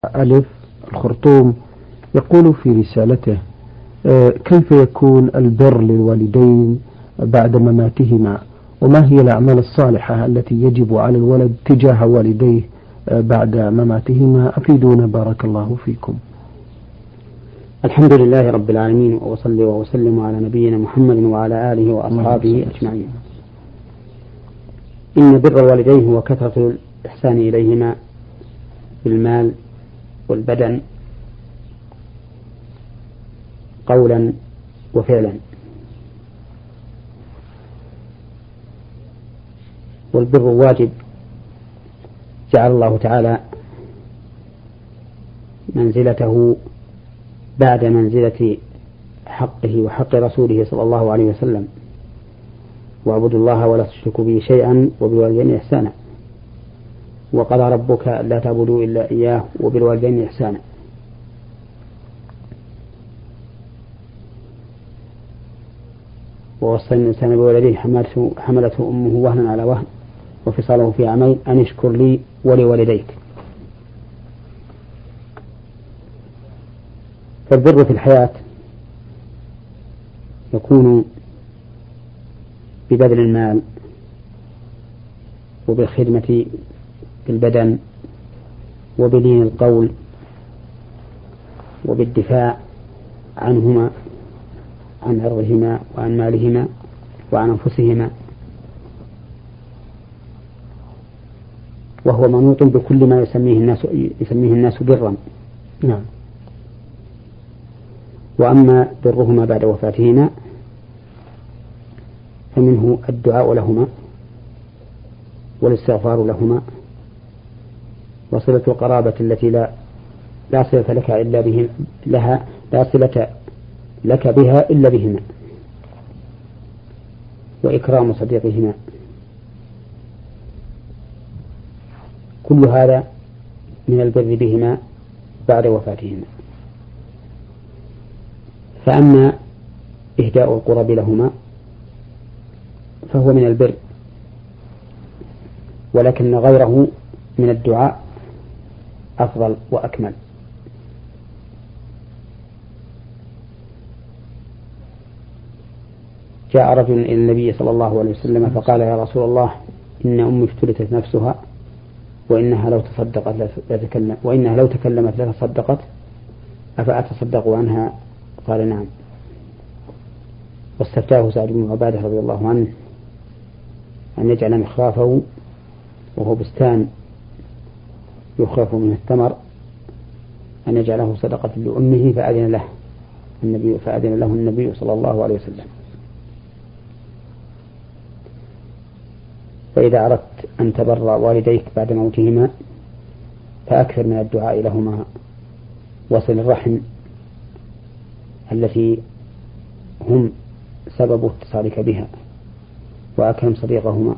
ألف الخرطوم يقول في رسالته: كيف يكون البر للوالدين بعد مماتهما؟ وما هي الأعمال الصالحة التي يجب على الولد تجاه والديه بعد مماتهما؟ أفيدونا بارك الله فيكم. الحمد لله رب العالمين، وأصلي وأسلم على نبينا محمد وعلى آله وأصحابه أجمعين. إن بر الوالدين هو كثرة الإحسان إليهما بالمال والبدن قولا وفعلا. والبر واجب جعل الله تعالى منزلته بعد منزلة حقه وحق رسوله صلى الله عليه وسلم: واعبدوا الله ولا تشركوا به شيئا وبالوالدين إحسانا. وقضى ربك لا تعبدوا إلا إياه وبالوالدين إحسانا. ووصى الإنسان بولديه حملته أمه وهنا على وهن وفصاله في عامين أن اشكر لي ولوالديك. فالبر في الحياة يكون ببذل المال وبالخدمة بالبدن وبلين القول وبالدفاع عنهما، عن عرضهما وعن مالهما وعن أنفسهما، وهو منوط بكل ما يسميه الناس برا. نعم. وأما برهما بعد وفاتهما فمنه الدعاء لهما والاستغفار لهما وصلة القرابة التي لا صلة لك إلا بهم لها، لا صلة لك بها إلا بهما، وإكرام صديقهما. كل هذا من البر بهما بعد وفاتهما. فأما إهداء القرب لهما فهو من البر، ولكن غيره من الدعاء أفضل وأكمل. جاء رجل إلى النبي صلى الله عليه وسلم فقال: يا رسول الله، إن أمي افتلتت نفسها وإنها لو تكلمت لتصدقت، أفأتصدق عنها؟ قال: نعم. واستفتاه سعد بن عبادة رضي الله عنه أن يجعل مخرافه وهو بستان يخرف من الثمر أن يجعله صدقة لأمه، فأذن له النبي صلى الله عليه وسلم. فإذا أردت أن تبر والديك بعد موتهما فأكثر من الدعاء لهما، وصل الرحم التي هم سبب اتصالك بها، وأكرم صديقهما.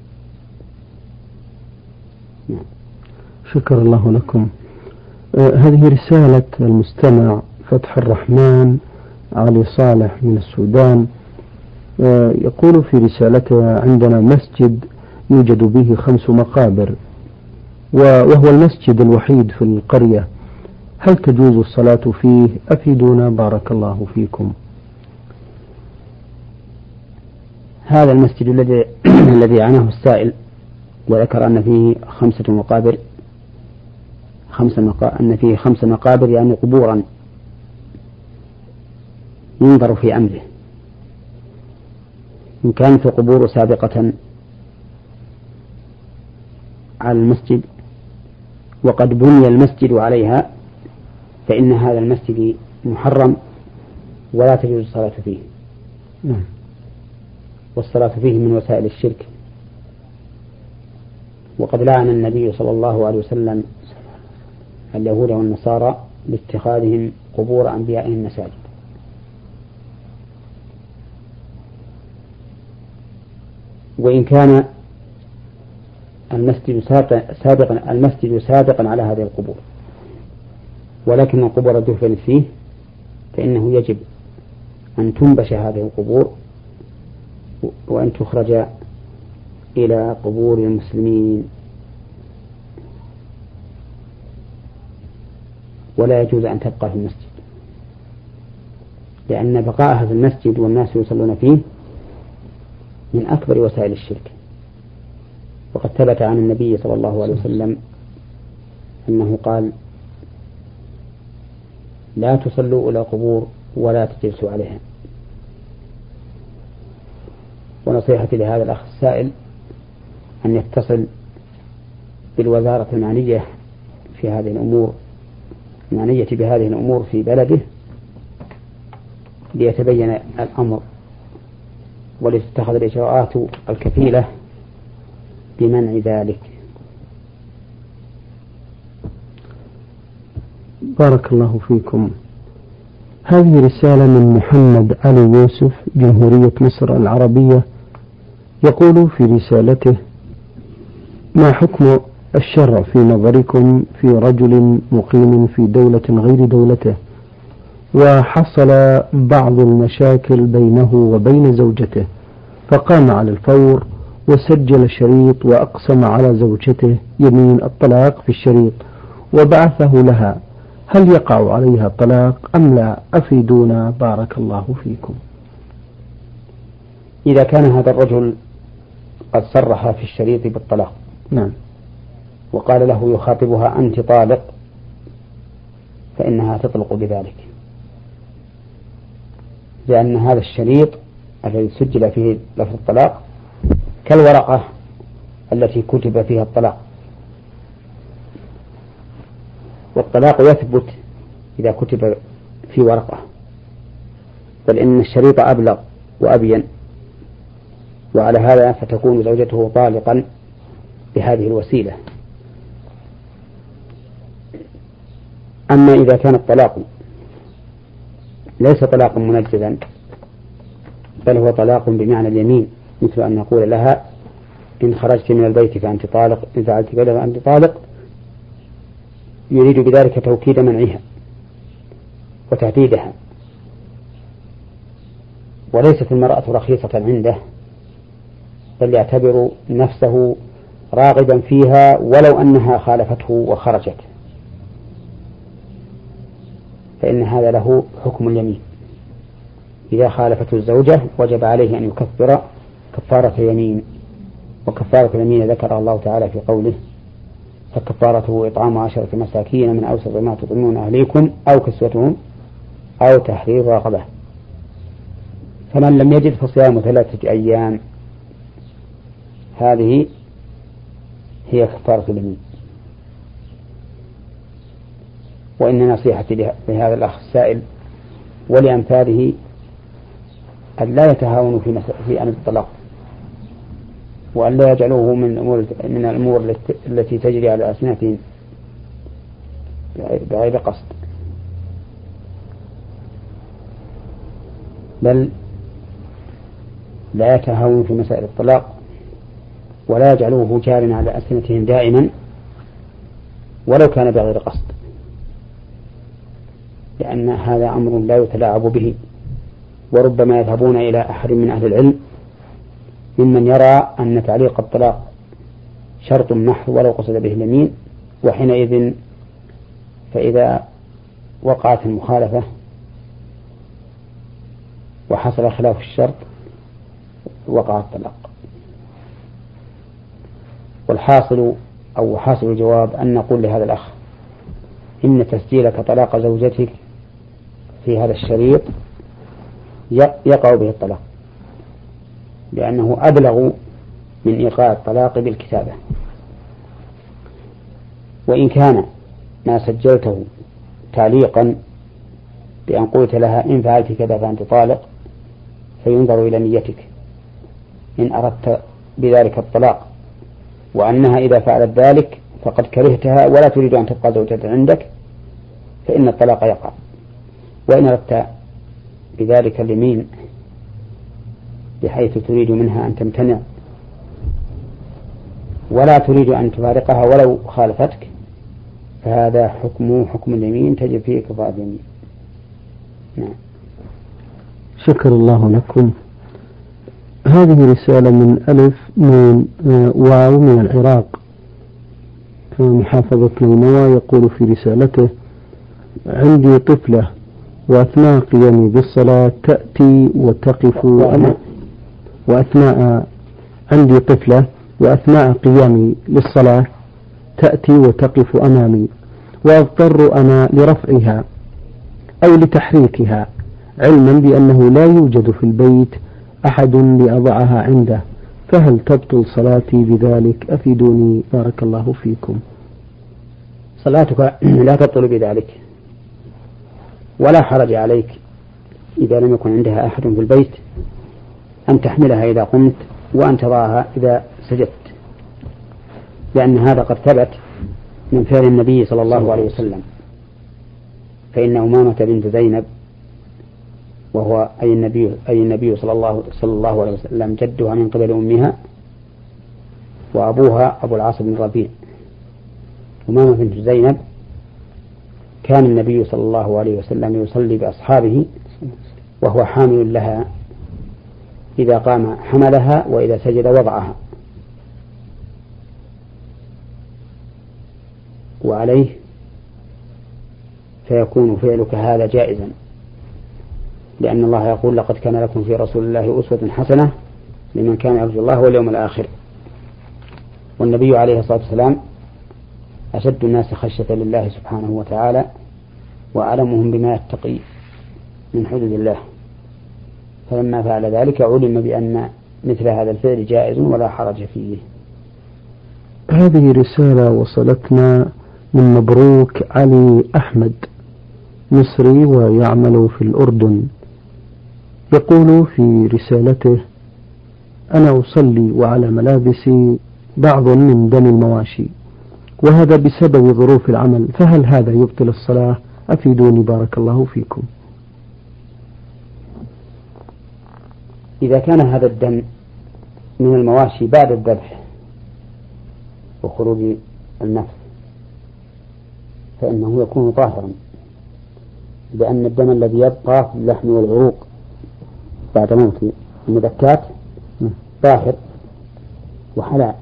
نعم. شكر الله لكم. هذه رسالة المستمع فتح الرحمن علي صالح من السودان. يقول في رسالته: عندنا مسجد يوجد به 5 مقابر، وهو المسجد الوحيد في القرية، هل تجوز الصلاة فيه؟ أفيدونا بارك الله فيكم. هذا المسجد الذي عناه السائل وذكر أن فيه 5 مقابر، أن فيه 5 مقابر يعني قبورا، ينظر في أمره. إن كانت القبور سابقة على المسجد وقد بني المسجد عليها فإن هذا المسجد محرم ولا تجوز الصلاة فيه. والصلاة فيه من وسائل الشرك. وقد لعن النبي صلى الله عليه وسلم اليهود والنصارى لاتخاذهم قبور أنبيائهم مساجد. وإن كان المسجد سابقا على هذه القبور، ولكن القبور دفنت فيه، فإنه يجب أن تنبش هذه القبور وأن تخرج إلى قبور المسلمين. ولا يجوز أن تبقى في المسجد، لأن بقاءها في المسجد والناس يصلون فيه من أكبر وسائل الشرك. وقد ثبت عن النبي صلى الله عليه وسلم أنه قال: لا تصلوا إلى القبور ولا تجلسوا عليها. ونصيحتي لهذا الأخ السائل أن يتصل بالوزارة المعنية في هذه الأمور، المعنية بهذه الأمور في بلده، ليتبين الأمر ولتتخذ الإجراءات الكفيلة بمنع ذلك. بارك الله فيكم. هذه رسالة من محمد علي يوسف، جمهورية مصر العربية، يقول في رسالته: ما حكم الشرع في نظركم في رجل مقيم في دولة غير دولته، وحصل بعض المشاكل بينه وبين زوجته، فقام على الفور وسجل شريط وأقسم على زوجته يمين الطلاق في الشريط وبعثه لها، هل يقع عليها الطلاق أم لا؟ أفيدونا بارك الله فيكم. إذا كان هذا الرجل قد صرح في الشريط بالطلاق، نعم، وقال له يخاطبها: أنت طالق، فإنها تطلق بذلك، لأن هذا الشريط الذي سجل فيه لفظ الطلاق كالورقة التي كتب فيها الطلاق، والطلاق يثبت إذا كتب في ورقة، بل إن الشريط أبلغ وأبين، وعلى هذا فتكون زوجته طالقا بهذه الوسيلة. أما إذا كان الطلاق ليس طلاقا منجزا، بل هو طلاق بمعنى اليمين، مثل أن يقول لها: إن خرجت من البيت فأنت طالق، إن فعلت كذا فأنت طالق، يريد بذلك توكيد منعها وتهديدها، وليست المرأة رخيصة عنده، بل يعتبر نفسه راغبا فيها ولو أنها خالفته وخرجت، فإن هذا له حكم اليمين. إذا خالفته الزوجة وجب عليه أن يكفر كفارة يمين، وكفارة اليمين ذكر الله تعالى في قوله: فكفارته إطعام 10 مساكين من أوسط ما تطعمون أهليكم أو كسوتهم أو تحرير رقبة. فمن لم يجد فصيام 3 أيام، هذه هي كفارة اليمين. وإن نصيحتي لهذا الأخ السائل ولأمثاله أن لا يتهاونوا في أمر الطلاق، وأن لا يجعلوه من الأمور التي تجري على ألسنتهم بغير قصد، بل لا يتهاونوا في مسائل الطلاق، ولا يجعلوه جارا على ألسنتهم دائما ولو كان بغير قصد، لأن هذا أمر لا يتلاعب به. وربما يذهبون إلى أحد من أهل العلم ممن يرى أن تعليق الطلاق شرط محض ولو قصد به اليمين، وحينئذ فإذا وقعت المخالفة وحصل خلاف الشرط وقع الطلاق. والحاصل أو حاصل الجواب أن نقول لهذا الأخ: إن تسجيلك طلاق زوجتك في هذا الشريط يقع به الطلاق، لأنه أبلغ من إيقاع الطلاق بالكتابة. وإن كان ما سجلته تعليقا بأن قلت لها: إن فعلت كذا فأنت طالق، فينظر إلى نيتك، إن أردت بذلك الطلاق وأنها إذا فعلت ذلك فقد كرهتها ولا تريد أن تبقى زوجة عندك، فإن الطلاق يقع. وإن أردت بذلك اليمين بحيث تريد منها أن تمتنع ولا تريد أن تفارقها ولو خالفتك، فهذا حكم اليمين، تجب فيه كفارة اليمين. نعم. شكر الله لكم. هذه رسالة من ألف من واو من العراق، محافظة نينوى، يقول في رسالته: عندي طفلة وأثناء قيامي بالصلاة تأتي وتقف عندي طفلة وأثناء قيامي للصلاة تأتي وتقف أمامي وأضطر أنا لرفعها أو لتحريكها علما بأنه لا يوجد في البيت أحد لأضعها عنده، فهل تبطل صلاتي بذلك؟ أفيدوني بارك الله فيكم. صلاتك لا تبطل بذلك، ولا حرج عليك إذا لم يكن عندها أحد في البيت أن تحملها إذا قمت وأن تضعها إذا سجدت، لأن هذا قد ثبت من فعل النبي صلى الله عليه وسلم. فإن أمامة بنت زينب وهو أي النبي صلى الله عليه وسلم جدها من قبل أمها، وأبوها أبو العاص بن الربيع. أمامة بنت زينب كان النبي صلى الله عليه وسلم يصلي بأصحابه وهو حامل لها، إذا قام حملها وإذا سجد وضعها، وعليه فيكون فعلك هذا جائزا، لأن الله يقول: لقد كان لكم في رسول الله أسوة حسنة لمن كان يرجو الله واليوم الآخر. والنبي عليه الصلاة والسلام أشد الناس خشية لله سبحانه وتعالى وأعلمهم بما يتقي من حدود الله، فلما فعل ذلك علم بأن مثل هذا الفعل جائز ولا حرج فيه. هذه رسالة وصلتنا من مبروك علي أحمد، مصري ويعمل في الأردن. يقول في رسالته: أنا أصلي وعلى ملابسي بعض من دم المواشي، وهذا بسبب ظروف العمل، فهل هذا يبطل الصلاة؟ أفيدوني بارك الله فيكم. إذا كان هذا الدم من المواشي بعد الذبح وخروج النفس فإنه يكون طاهرا، لأن الدم الذي يبقى في اللحم والعروق بعد موت المذكات طاهر وحلال.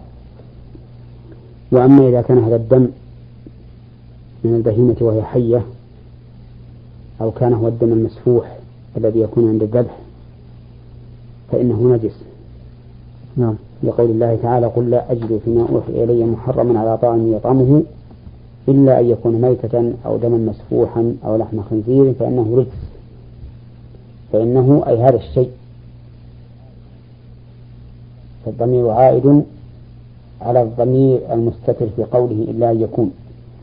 وأما إذا كان هذا الدم من البهيمة وهي حية، أو كان هو الدم المسفوح الذي يكون عند الذبح، فإنه نجس. نعم. لقول الله تعالى: قل لا أجد فيما أوحي إلي محرما على طاعم يطعمه إلا أن يكون ميتة أو دما مسفوحا أو لحم خنزير فإنه رجس. فإنه أي هذا الشيء، فالضمير عائد على الضمير المستتر في قوله إلا أن يكون.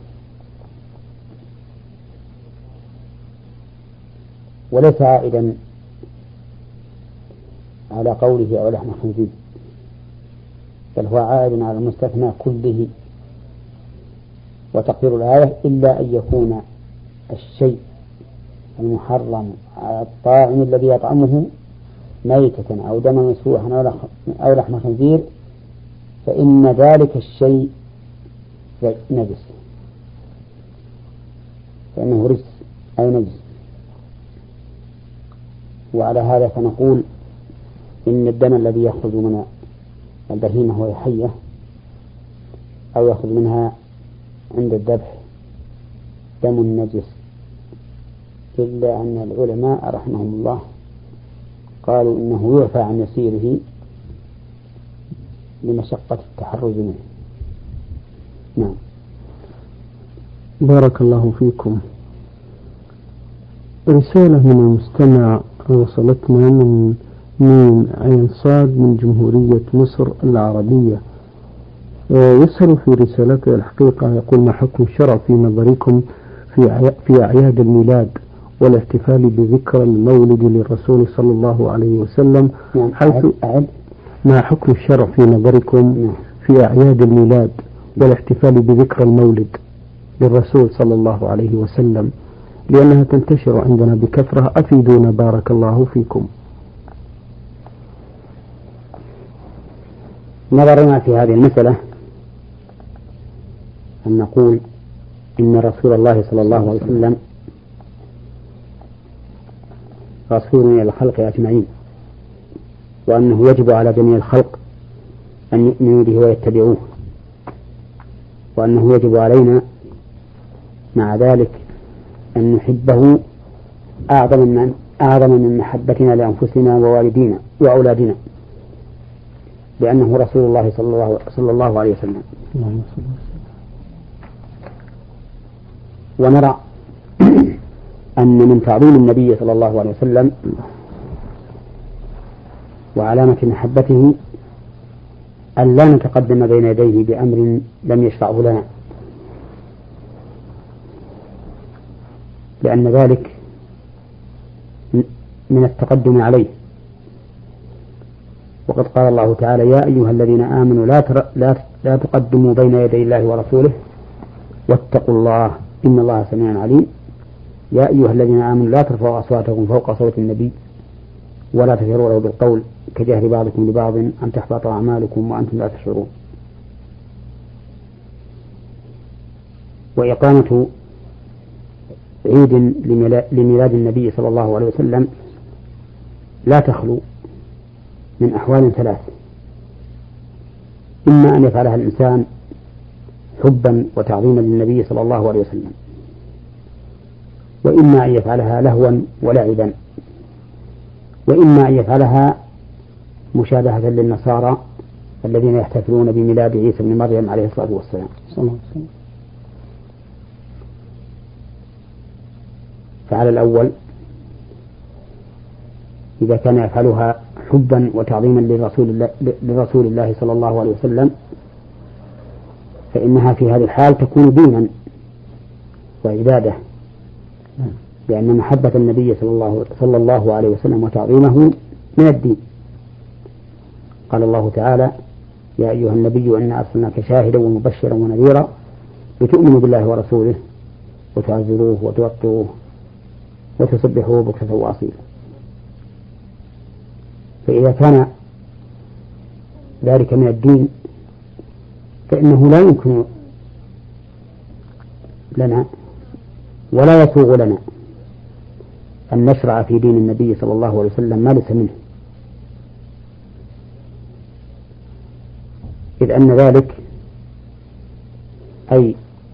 وليس عائدا على قوله أو لحم خنزير، بل هو عائد على المستثنى كله. وتقدير الآية: إلا أن يكون الشيء المحرم على الطاعم الذي يطعمه ميتة أو دما مسفوحا أو لحم خنزير فإن ذلك الشيء نجس، فإنه رجس أي نجس. وعلى هذا فنقول إن الدم الذي يخرج من البهيمة وهي حية أو يخرج منها عند الذبح دم نجس، إلا أن العلماء رحمهم الله قالوا إنه يعفى عن يسيره لمشقة التحرز منه. نعم. بارك الله فيكم. رسالة من المستمع وصلتنا من عين صاد من جمهورية مصر العربية. يسأل في رسالته الحقيقة، يقول: ما حكم الشرع في نظركم في أعياد الميلاد والاحتفال بذكرى المولد للرسول صلى الله عليه وسلم؟ ما حكم الشرع في نظركم في أعياد الميلاد والاحتفال بذكرى المولد للرسول صلى الله عليه وسلم، لأنها تنتشر عندنا بكثرة؟ أفيدونا بارك الله فيكم. نظرنا في هذه المسألة أن نقول إن رسول الله صلى الله عليه وسلم رسول إلى الخلق أجمعين، وأنه يجب على جميع الخلق أن يؤمنوا به ويتبعوه، وأنه يجب علينا مع ذلك أن نحبه أعظم من محبتنا لأنفسنا ووالدينا وأولادنا، لأنه رسول الله صلى الله عليه وسلم. ونرى أن من تعظيم النبي صلى الله عليه وسلم وعلامة محبته أن لا نتقدم بين يديه بأمر لم يشرعه لنا، لأن ذلك من التقدم عليه. وقد قال الله تعالى: يا أيها الذين آمنوا لا تقدموا بين يدي الله ورسوله واتقوا الله إن الله سميع عليم. يا أيها الذين آمنوا لا ترفعوا أصواتكم فوق صوت النبي ولا تجهروا له بالقول كجهر بعضكم لبعض أن تحبط أعمالكم وأنتم لا تشعرون. وإقامة عيد لميلاد النبي صلى الله عليه وسلم لا تخلو من أحوال ثلاث: إما أن يفعلها الإنسان حبا وتعظيما للنبي صلى الله عليه وسلم، وإما أن يفعلها لهوا ولعبا، وإما أن يفعلها مشابهة للنصارى الذين يحتفلون بميلاد عيسى بن مريم عليه الصلاة والسلام. فعلى الأول إذا كان يفعلها حبا وتعظيما لرسول الله صلى الله عليه وسلم فإنها في هذه الحال تكون دينا وعبادة، لأن محبة النبي صلى الله عليه وسلم وتعظيمه من الدين. قال الله تعالى: يا أيها النبي إنا أرسلناك شاهدا ومبشرا ونذيرا لتؤمنوا بالله ورسوله وتعزروه وتوقروه وتسبحوه بكرة وأصيلا. فإذا كان ذلك من الدين فإنه لا يمكن لنا ولا يسوغ لنا أن نشرع في دين النبي صلى الله عليه وسلم ما ليس منه، إذ أن ذلك أي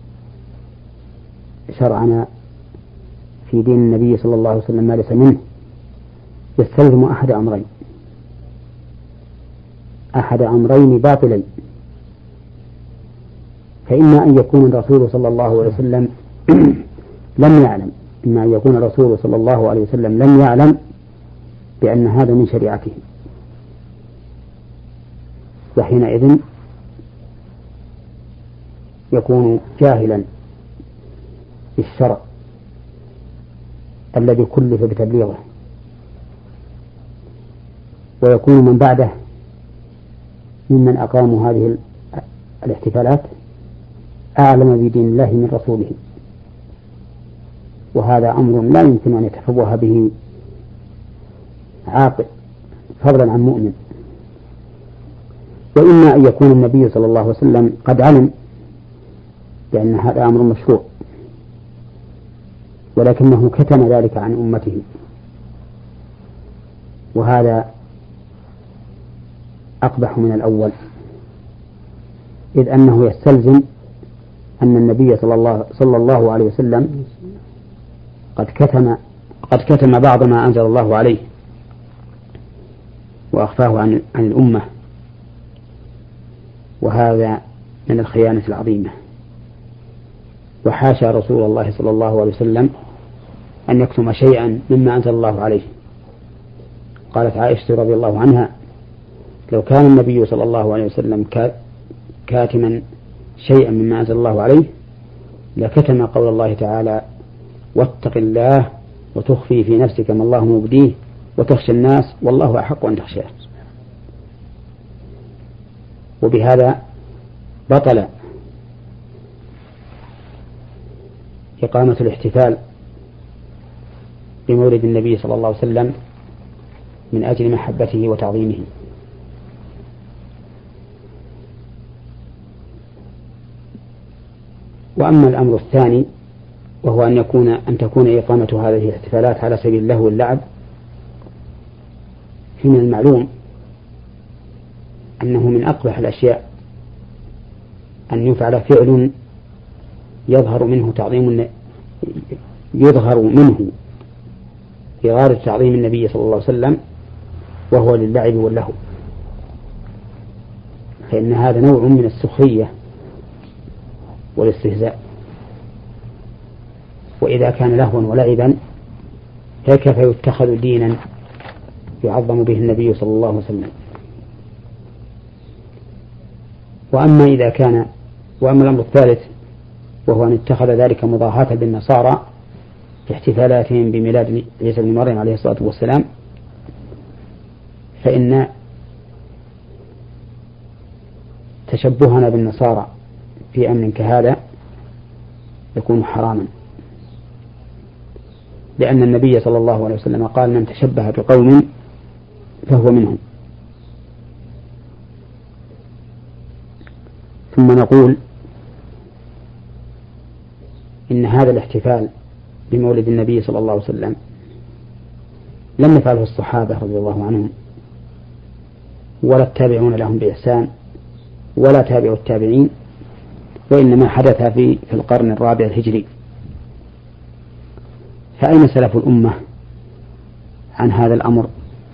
شرعنا في دين النبي صلى الله عليه وسلم ما ليس منه يستلزم أحد أمرين باطلين: فإما أن يكون الرسول صلى الله عليه وسلم لم يعلم، إما أن يكون الرسول صلى الله عليه وسلم لم يعلم بأن هذا من شريعته، وحينئذ يكون جاهلا بالشرع الذي كلف بتبليغه، ويكون من بعده ممن أقاموا هذه الاحتفالات أعلم بدين الله من رسوله، وهذا أمر لا يمكن أن يتفوه به عاقل فضلا عن مؤمن. وإما أن يكون النبي صلى الله عليه وسلم قد علم بأن هذا أمر مشروع ولكنه كتم ذلك عن أمته، وهذا أقبح من الأول، إذ أنه يستلزم أن النبي صلى الله عليه وسلم قد كتم بعض ما أنزل الله عليه وأخفاه عن الأمة، وهذا من الخيانة العظيمة. وحاشا رسول الله صلى الله عليه وسلم أن يكتم شيئا مما أنزل الله عليه. قالت عائشة رضي الله عنها: لو كان النبي صلى الله عليه وسلم كاتما شيئا مما أنزل الله عليه لكتم قول الله تعالى: واتق الله وتخفي في نفسك ما الله مبديه وتخشى الناس والله أحق أن تخشاه. وبهذا بطل إقامة الاحتفال بمولد النبي صلى الله عليه وسلم من أجل محبته وتعظيمه. وأما الأمر الثاني وهو أن تكون إقامة هذه الاحتفالات على سبيل اللهو واللعب، فمن المعلوم أنه من أقبح الأشياء أن يفعل فعل يظهر منه يظهر منه إغارة تعظيم النبي صلى الله عليه وسلم وهو للعب واللهو، فإن هذا نوع من السخرية والاستهزاء. وإذا كان لهوا ولعبا فكيف يتخذ دينا يعظم به النبي صلى الله عليه وسلم؟ وأما الأمر الثالث وهو أن اتخذ ذلك مضاهاة بالنصارى في احتفالاتهم بميلاد عيسى بن مريم عليه الصلاة والسلام، فإن تشبهنا بالنصارى في أمر كهذا يكون حراما، لأن النبي صلى الله عليه وسلم قال: من تشبه بقوم فهو منهم. ثم نقول إن هذا الاحتفال بمولد النبي صلى الله عليه وسلم لم يفعله الصحابة رضي الله عنهم ولا التابعون لهم بإحسان ولا تابع التابعين، وإنما حدث في القرن الرابع الهجري. فأين سلف الأمة عن هذا الأمر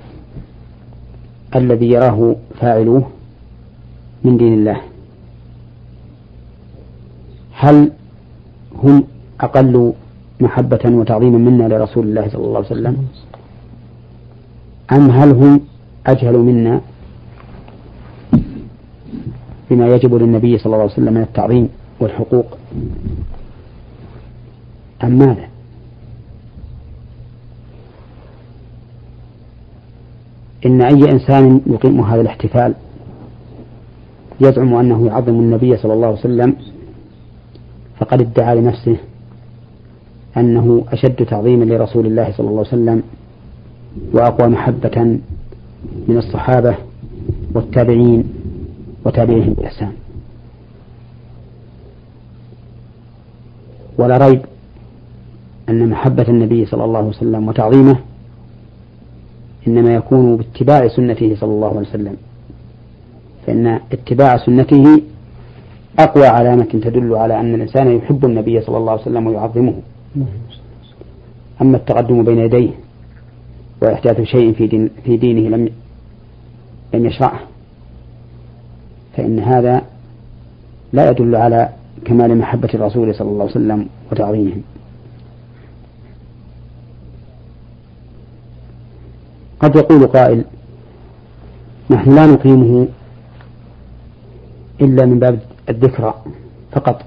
الذي يراه فاعلوه من دين الله؟ هل هم أقل محبة وتعظيما منا لرسول الله صلى الله عليه وسلم، أم هل هم أجهل منا بما يجب للنبي صلى الله عليه وسلم من التعظيم والحقوق، أم ماذا؟ إن أي إنسان يقيم هذا الاحتفال يزعم أنه يعظم النبي صلى الله عليه وسلم فقد ادعى لنفسه أنه أشد تعظيما لرسول الله صلى الله عليه وسلم وأقوى محبة من الصحابة والتابعين وتابعيهم بإحسان. ولا ريب أن محبة النبي صلى الله عليه وسلم وتعظيمه إنما يكون باتباع سنته صلى الله عليه وسلم، فإن اتباع سنته أقوى علامة تدل على أن الإنسان يحب النبي صلى الله عليه وسلم ويعظمه. أما التقدم بين يديه وإحداث شيء في دينه لم يشرعه فإن هذا لا يدل على كمال محبة الرسول صلى الله عليه وسلم وتعظيمه. قد يقول قائل: نحن لا نقيمه إلا من باب الذكرى فقط،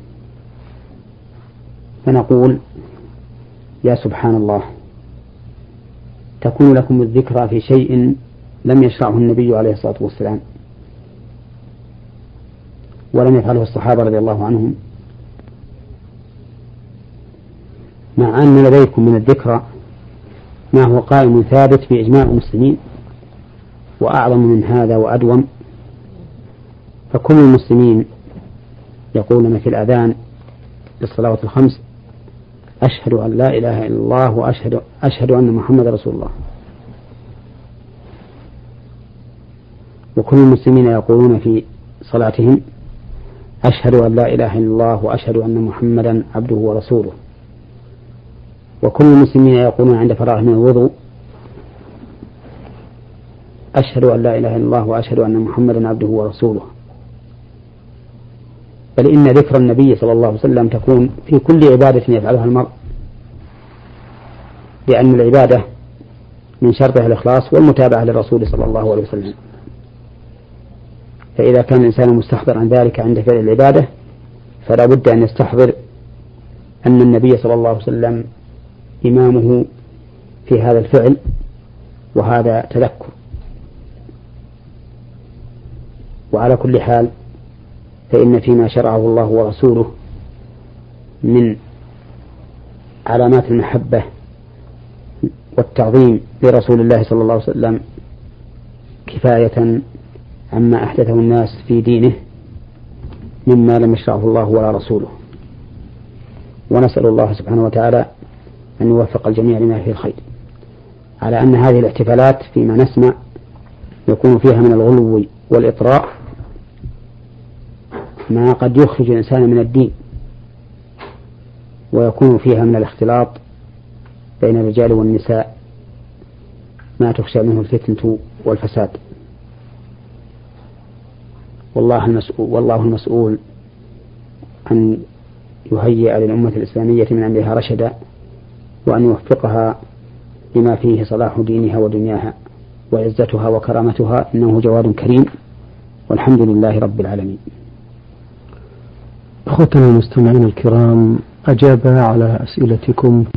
فنقول: يا سبحان الله، تكون لكم الذكرى في شيء لم يشرعه النبي عليه الصلاة والسلام ولم يفعله الصحابة رضي الله عنهم، مع أن لديكم من الذكرى ما هو قائم ثابت بإجماع المسلمين وأعظم من هذا وأدوم. فكل المسلمين يقولون في الأذان للصلوات الخمس: أشهد أن لا إله إلا الله وأشهد أن محمد رسول الله. وكل المسلمين يقولون في صلاتهم: أشهد أن لا إله إلا الله وأشهد أن محمدا عبده ورسوله. وكل المسلمين يقولون عند فراغ من الوضوء: أشهد أن لا إله إلا الله وأشهد أن محمدا عبده ورسوله. بل إن ذكر النبي صلى الله عليه وسلم تكون في كل عبادة يفعلها المرء، لأن العبادة من شرطها الإخلاص والمتابعة للرسول صلى الله عليه وسلم. فإذا كان الإنسان مستحضرا ذلك عند فعل العبادة فلا بد أن يستحضر أن النبي صلى الله عليه وسلم إمامه في هذا الفعل، وهذا تذكر. وعلى كل حال فإن فيما شرعه الله ورسوله من علامات المحبة والتعظيم لرسول الله صلى الله عليه وسلم كفاية عما أحدثه الناس في دينه مما لم يشرعه الله ولا رسوله. ونسأل الله سبحانه وتعالى أن يوفق الجميع لما فيه الخير، على أن هذه الاحتفالات فيما نسمع يكون فيها من الغلو والإطراء ما قد يخرج الإنسان من الدين، ويكون فيها من الاختلاط بين الرجال والنساء ما تخشى منه الفتنة والفساد. والله المسؤول أن يهيئ للأمة الإسلامية من أمرها رشدا، وأن يوفقها لما فيه صلاح دينها ودنياها وعزتها وكرامتها، إنه جواد كريم، والحمد لله رب العالمين. أخوتنا المستمعين الكرام، أجاب على أسئلتكم